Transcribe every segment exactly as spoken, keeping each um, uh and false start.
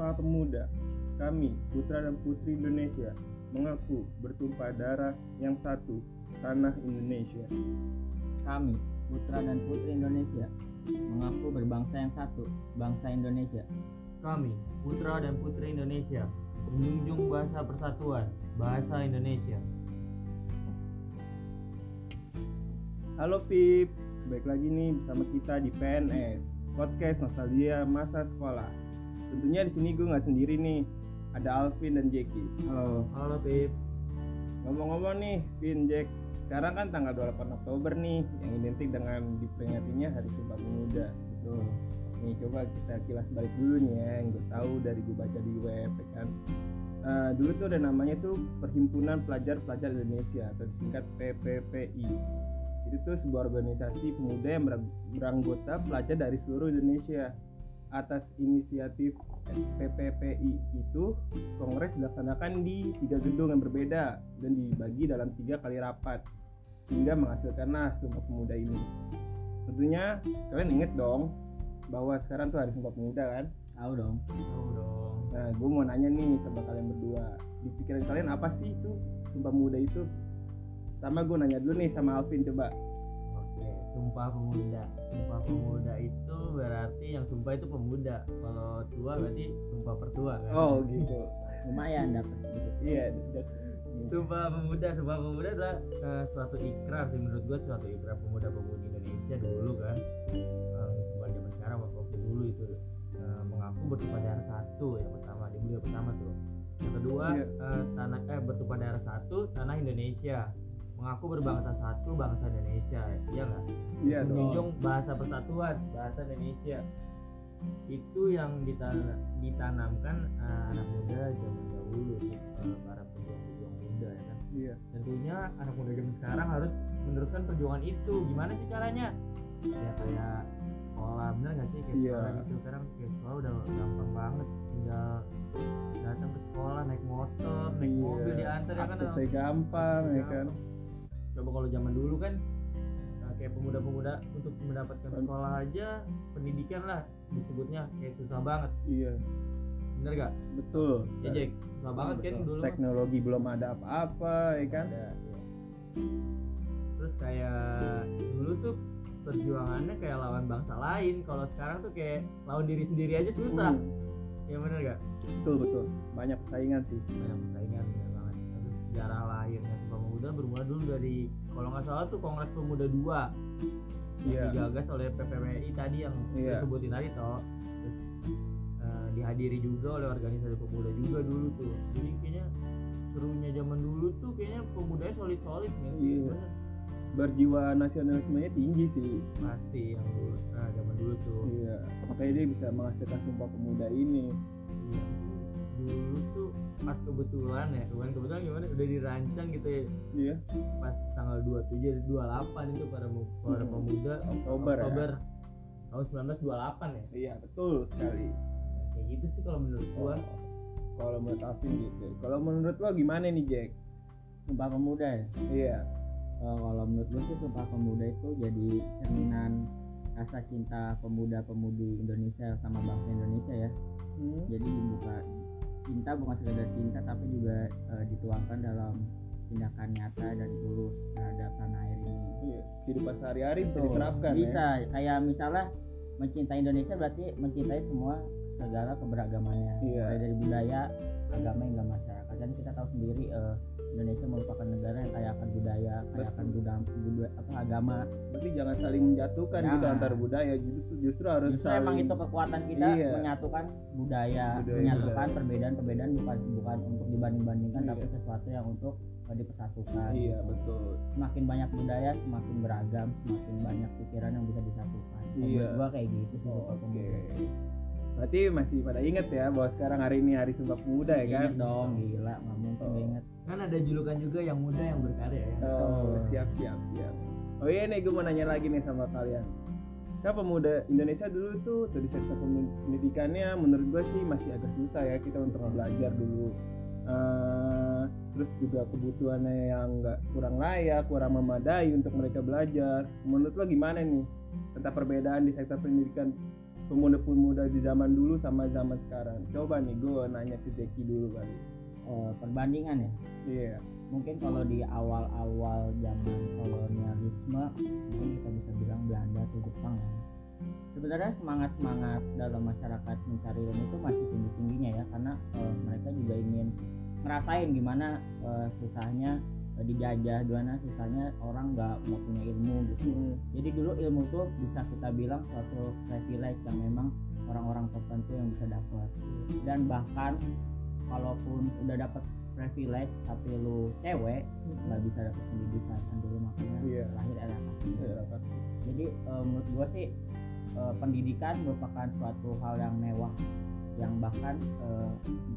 Sumpah Pemuda, kami, putra dan putri Indonesia, mengaku bertumpah darah yang satu, tanah Indonesia. Kami, putra dan putri Indonesia, mengaku berbangsa yang satu, bangsa Indonesia. Kami, putra dan putri Indonesia, menjunjung bahasa persatuan, bahasa Indonesia. Halo Pips, balik lagi nih bersama kita di P N S, Podcast Nostalgia Masa Sekolah. Tentunya di sini gue nggak sendiri nih, ada Alvin dan Jackie. Halo, halo Pip. Ngomong-ngomong nih, Vin, Jack, sekarang kan tanggal dua puluh delapan Oktober nih, yang identik dengan diperingatinya Hari Sumpah Pemuda. Betul. Nih coba kita kilas balik dulu nih ya, yang gue tahu dari gue baca di web ya kan. Uh, dulu tuh ada namanya tuh Perhimpunan Pelajar-Pelajar Indonesia atau disingkat P P P I. Itu tuh sebuah organisasi pemuda yang beranggota pelajar dari seluruh Indonesia. Atas inisiatif P P P I itu, kongres dilaksanakan di tiga gedung yang berbeda dan dibagi dalam tiga kali rapat sehingga menghasilkanlah Sumpah Pemuda ini. Tentunya kalian inget dong bahwa sekarang tuh Hari Sumpah Pemuda kan? Tahu dong. Tahu dong. Nah, gue mau nanya nih sama kalian berdua, di pikiran kalian apa sih itu Sumpah Pemuda itu? Pertama gue nanya dulu nih sama Alvin, coba. Oke, Sumpah Pemuda. Sumpah Pemuda itu berarti yang sumpah itu pemuda. Kalau tua berarti sumpah pertua kan? Oh gitu. Lumayan dapat gitu. Iya. Sumpah Pemuda, Sumpah Pemuda adalah uh, suatu ikrar sih menurut gua, suatu ikrar pemuda-pemudi Indonesia dulu kan. Uh, bukan zaman sekarang, waktu dulu itu uh, mengaku bertumpah darah satu yang pertama, di mulia pertama tuh. Yang kedua, yeah. uh, tanah eh bertumpah darah satu, tanah Indonesia. Mengaku berbangsa satu, bangsa Indonesia, iya nggak? Iya dong. Menjunjung bahasa persatuan, bahasa Indonesia. Itu yang ditan- ditanamkan uh, anak muda zaman dahulu, uh, para pejuang-pejuang muda ya kan. Iya. Tentunya anak muda zaman sekarang harus meneruskan perjuangan itu. Gimana sih caranya? Ya kayak sekolah, bener nggak sih? Kayak Iya. sekolah gitu. Sekarang kayak sekolah udah gampang banget, tinggal datang ke sekolah naik motor, naik Iya. mobil diantar ya kan. Aksesnya gampang ya kan. Coba kalau zaman dulu kan uh, kayak pemuda-pemuda untuk mendapatkan sekolah aja, pendidikan lah disebutnya kayak susah banget. Iya. Bener gak? Betul. Ya Jack, susah banget kan dulu. Teknologi belum ada apa-apa ya kan. Ada, ya. Terus kayak dulu tuh perjuangannya kayak lawan bangsa lain. Kalau sekarang tuh kayak lawan diri sendiri aja susah. Hmm. Ya bener gak? Betul betul. Banyak persaingan sih. Banyak persaingan bener banget. Terus sejarah lahirnya Sumpah Pemuda bermula dulu dari, kalau nggak salah tuh Kongres Pemuda dua yang Iya. digagas oleh P P P I tadi yang Iya. disebutin tadi toh. Terus uh, dihadiri juga oleh organisasi pemuda juga dulu tuh. Jadi kayaknya serunya zaman dulu tuh kayaknya pemudanya solid-solid nih. Iya. Berjiwa nasionalismenya tinggi sih. Pasti yang dulu, nah zaman dulu tuh. Iya. Makanya dia bisa menghasilkan Sumpah Pemuda ini. Iya. Dulu tuh pas kebetulan ya, bukan kebetulan gimana, udah dirancang gitu ya. Iya. Pas tanggal dua puluh tujuh dua puluh delapan itu para para Hmm. pemuda Oktober, Oktober ya? tahun seribu sembilan ratus dua puluh delapan ya. Iya betul sekali. Nah, kayak gitu sih kalau menurut gua. Oh, kalau menurut Alvin gitu. Kalau menurut lo gimana nih Jack? Sumpah Pemuda ya. Iya. Uh, kalau menurut gue sih Sumpah Pemuda itu jadi cerminan rasa cinta pemuda-pemudi Indonesia sama bangsa Indonesia ya. Hmm. Jadi bukan cinta, bukan sekedar cinta, tapi juga uh, dituangkan dalam tindakan nyata dan tulus terhadap tanah air ini. Iya. Kehidupan sehari-hari bisa Tuh, diterapkan bisa ya. kayak misalnya mencintai Indonesia berarti mencintai semua segala keberagamannya, Iya. mulai dari budaya, agama hingga masyarakat. Dan kita tahu sendiri uh, Indonesia merupakan negara yang kaya akan budaya, kaya akan budaya, budaya apa agama. Berarti jangan saling menjatuhkan Jangan. gitu antar budaya, justru justru harus Justru saling. emang itu kekuatan kita, Iya. menyatukan budaya, Budaya, menyatukan budaya. perbedaan-perbedaan bukan bukan untuk dibanding-bandingkan, Iya. tapi sesuatu yang untuk uh, dipersatukan. Iya betul. Semakin banyak budaya, semakin beragam, semakin banyak pikiran yang bisa disatukan. Iya. Menurut gua kayak gitu sih. Oh, Sumpah Oke. Pemuda. Berarti masih pada inget ya bahwa sekarang hari ini Hari Sumpah Pemuda ya kan? Ingat dong, gila, nggak mungkin Oh. nggak inget. Kan ada julukan juga yang muda yang berkarya ya. Oh, siap siap siap. Oh iya nih, gue mau nanya lagi nih sama kalian. Kan pemuda Indonesia dulu tuh dari sektor pendidikannya menurut gue sih masih agak susah ya kita untuk belajar dulu. Uh, terus juga kebutuhannya yang nggak kurang layak, kurang memadai untuk mereka belajar. Menurut lo gimana nih tentang perbedaan di sektor pendidikan pemuda-pemuda di zaman dulu sama zaman sekarang. Coba nih gue nanya ke Jeki dulu kali. Eh, perbandingan ya. Iya. Mungkin kalau di awal-awal zaman kolonialisme mungkin kita bisa bilang Belanda atau Jepang ya. Sebenarnya semangat-semangat dalam masyarakat mencari ilmu itu masih tinggi-tingginya ya, karena eh, mereka juga ingin ngerasain gimana eh, susahnya eh, dijajah, gimana susahnya orang nggak nggak punya ilmu gitu. Hmm. Jadi dulu ilmu tuh bisa kita bilang suatu privilege yang memang orang-orang tertentu yang bisa dapat. Dan bahkan kalaupun udah dapat privilege tapi lu cewek nggak bisa dapat pendidikan kan dulu, makanya Iya. lahir era kasih. Iya, Pak. Jadi eh, menurut gua sih eh, pendidikan merupakan suatu hal yang mewah yang bahkan eh,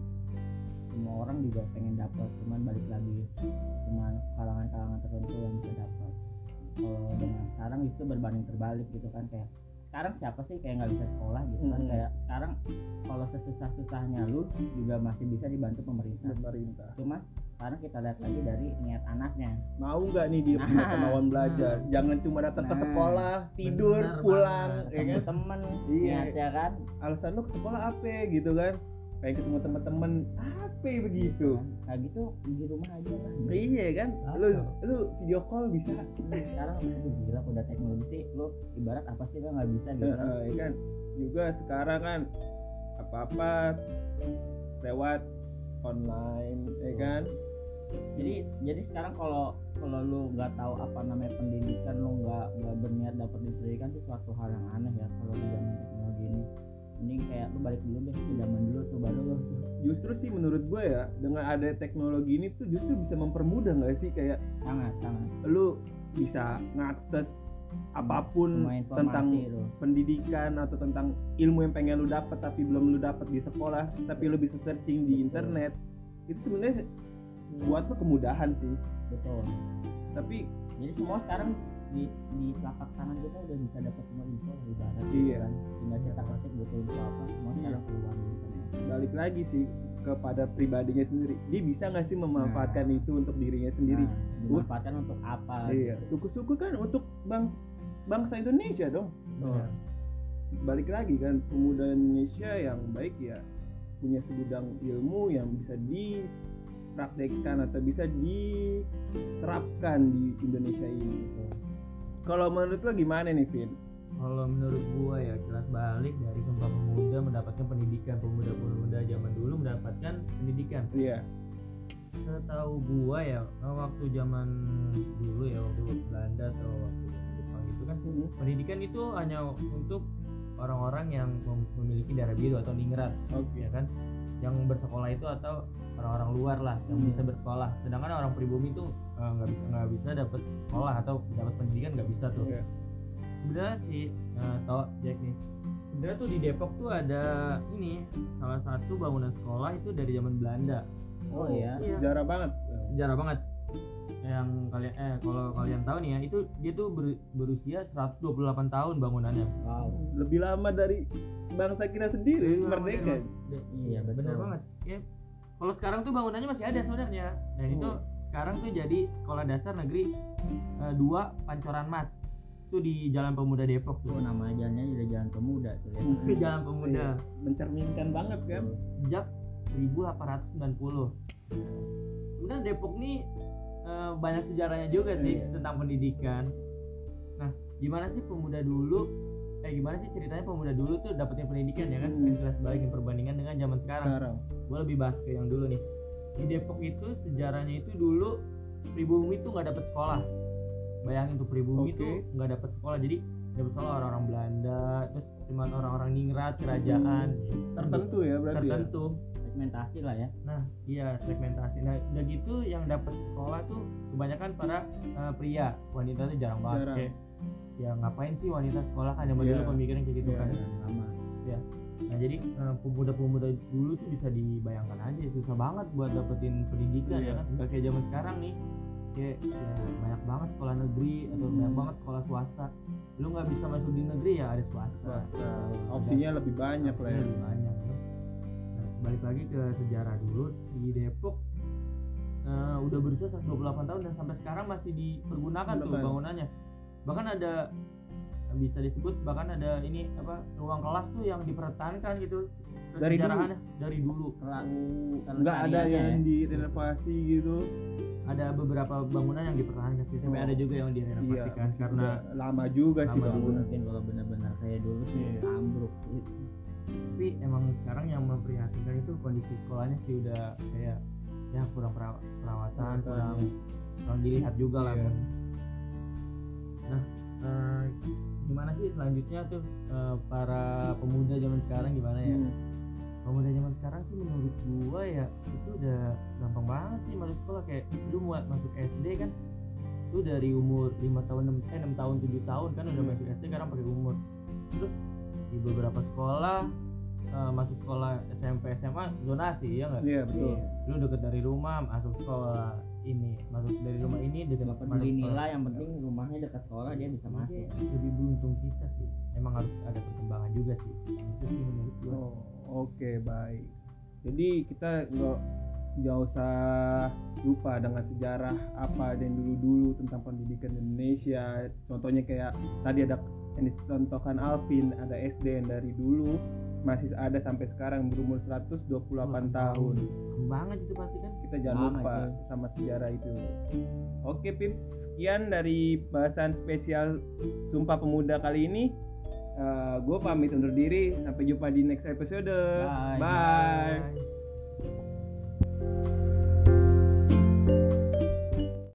semua orang juga pengen dapat, cuman balik lagi cuman kalangan-kalangan tertentu yang bisa dapat. Kalau dengan sekarang itu berbanding terbalik gitu kan, kayak sekarang siapa sih kayak nggak bisa sekolah gitu kan. Hmm. Kayak sekarang kalau sesusah-susahnya lu juga masih bisa dibantu pemerintah. Pemerintah. Cuma sekarang kita lihat lagi dari niat anaknya. Mau nggak nih dia punya Nah. kemauan belajar? Jangan cuma datang ke Nah. sekolah, tidur, Bener pulang, banget. ya Ketemu kan? temen Iya. niatnya kan. Alasan lu ke sekolah apa gitu kan? Pengen ketemu teman-teman apa begitu? Kayak gitu di rumah aja lah. Iya kan? Lu lu video call bisa. Sekarang aduh gila udah teknologi sih, lu ibarat apa sih lo nggak bisa gitu kan. Heeh, ya kan? Juga sekarang kan apa-apa lewat online, ya kan? Jadi jadi sekarang kalau kalau lu nggak tahu apa namanya pendidikan, lu nggak nggak berniat dapat pendidikan itu suatu hal yang aneh ya kalau di zaman teknologi ini. Mending kayak lu balik dulu deh ke zaman dulu tuh, baru lu Justru sih menurut gue ya, dengan ada teknologi ini tuh justru bisa mempermudah nggak sih, kayak sangat sangat lu bisa ngakses apapun semua informasi tentang itu. pendidikan atau tentang ilmu yang pengen lu dapat tapi belum lu dapat di sekolah, tapi lu bisa searching di internet. Itu sebenarnya buat lu kemudahan sih. Betul. Tapi Jadi semua sekarang di di telapak tangan kita udah bisa dapat semua info ibarat gitu Iya. kan. Tinggal kita ketik butuh info apa, semua Iya. sekarang keluar di internet. balik lagi sih kepada pribadinya sendiri. Dia bisa nggak sih memanfaatkan Nah. itu untuk dirinya sendiri? Nah, dimanfaatkan untuk apa? Iya. Suku-suku kan untuk bang bangsa Indonesia dong. Bener. Balik lagi kan, pemuda Indonesia yang baik ya punya segudang ilmu yang bisa dipraktekkan atau bisa diterapkan di Indonesia ini. Kalau menurut lo gimana nih, Vin? Kalau menurut gua ya jelas balik dari Sumpah Pemuda mendapatkan pendidikan, pemuda-pemuda zaman dulu mendapatkan pendidikan. Iya. Setahu gua ya waktu zaman dulu ya, waktu Belanda atau waktu zaman Jepang itu kan pendidikan itu hanya untuk orang-orang yang mem- memiliki darah biru atau ningrat, Oke. ya kan, yang bersekolah itu atau orang-orang luar lah yang Hmm. bisa bersekolah. Sedangkan orang pribumi itu eh, nggak bisa nggak bisa dapat sekolah atau dapat pendidikan, nggak bisa tuh. Iya. Sebenarnya sih eh, tau Jack nih, sebenarnya tuh di Depok tuh ada ini salah satu bangunan sekolah itu dari zaman Belanda. Oh iya. Sejarah banget. Sejarah banget. Yang kalian eh kalau kalian tahu nih ya, itu dia tuh ber- berusia seratus dua puluh delapan tahun bangunannya. Wow. Lebih lama dari bangsa kita sendiri, Iya, merdeka. bener. Iya betul. Bener banget. Ya, kalau sekarang tuh bangunannya masih ada sebenarnya. Dan itu Oh. sekarang tuh jadi sekolah dasar negeri eh, dua Pancoran Mas. Itu di Jalan Pemuda Depok Oh, tuh. nama jalannya udah jalan pemuda tuh ya. Itu Jalan Pemuda. Iya. Mencerminkan banget kan? Sejak seribu delapan ratus sembilan puluh. Sebenarnya Depok nih eh, banyak sejarahnya juga sih Iya. tentang pendidikan. Nah, gimana sih pemuda dulu? Eh gimana sih ceritanya pemuda dulu tuh dapetin pendidikan ya kan? Hmm. Yang jelas balikin perbandingan dengan zaman sekarang. Sekarang. Gue lebih bahas ke yang dulu nih. Di Depok itu sejarahnya itu dulu pribumi itu nggak dapet sekolah. Bayangin tuh pribumi Oke. tuh nggak dapet sekolah. Jadi dapet sekolah orang-orang Belanda, terus cuma orang-orang ningrat, kerajaan Tertentu ya berarti. ya? tertentu. Segmentasi lah ya. Nah, iya segmentasi. Nah, udah gitu yang dapat sekolah tuh kebanyakan para eh, pria, wanita tuh jarang banget. Jarang. Kayak, ya ngapain sih wanita sekolah kan zaman Iya. dulu pemikiran kayak gitu Iya. kan. Lama. Nah, jadi eh, pemuda-pemuda dulu tuh bisa dibayangkan aja susah banget buat dapetin pendidikan Iya. ya kan. Nggak kayak zaman sekarang nih. Kayak ya, banyak banget sekolah negeri atau Hmm. banyak banget sekolah swasta. Lu nggak bisa masuk di negeri ya ada swasta. Swasta. Opsinya lebih banyak lah ya. Lebih banyak ya. Nah, balik lagi ke sejarah dulu di Depok eh, udah berusia seratus dua puluh delapan tahun dan sampai sekarang masih dipergunakan tuh Gunakan. bangunannya. Bahkan ada bisa disebut bahkan ada ini apa ruang kelas tuh yang dipertahankan gitu Dari kesejarahannya dari dulu. Nggak ada yang direnovasi gitu. Ada beberapa bangunan yang dipertahankan sih, tapi Oh. ada juga yang direnovasikan Iya, karena juga lama juga sih lama bangunan. juga. Mungkin kalau benar-benar kayak dulu sih Iya. ambruk gitu. tapi emang sekarang yang memprihatinkan itu kondisi sekolahnya sih udah kayak ya kurang peraw- perawatan, Perawatan, kurang iya. kurang dilihat juga lah. Iya. Nah, eh, gimana sih selanjutnya tuh eh, para pemuda zaman sekarang gimana ya? Hmm. Pemuda zaman sekarang sih menurut gua ya itu udah gampang banget sih masuk sekolah, kayak lu buat masuk S D kan lu dari umur lima tahun enam eh enam tahun tujuh tahun kan udah Hmm. masuk S D, sekarang pakai umur. Terus di beberapa sekolah eh, masuk sekolah S M P S M A zonasi ya nggak? Iya betul. Lu deket dari rumah masuk sekolah ini, masuk dari rumah ini deket Nggak masuk peduli sekolah. nilai, yang penting rumahnya dekat sekolah dia bisa masuk. Iya, lebih beruntung kita sih. Emang harus ada perkembangan juga sih. Itu sih menurut gua. Oh, oke baik. Jadi kita nggak nggak usah lupa dengan sejarah apa yang dulu-dulu tentang pendidikan di Indonesia. Contohnya kayak tadi ada yang dicontohkan Alvin, ada S D yang dari dulu masih ada sampai sekarang berumur seratus dua puluh delapan tahun. Keren banget itu pasti kan. Kita jangan Banget, lupa ya. sama sejarah itu. Oke Pips, sekian dari bahasan spesial Sumpah Pemuda kali ini. gue pamit undur diri, sampai jumpa di next episode. Bye. Bye. Bye.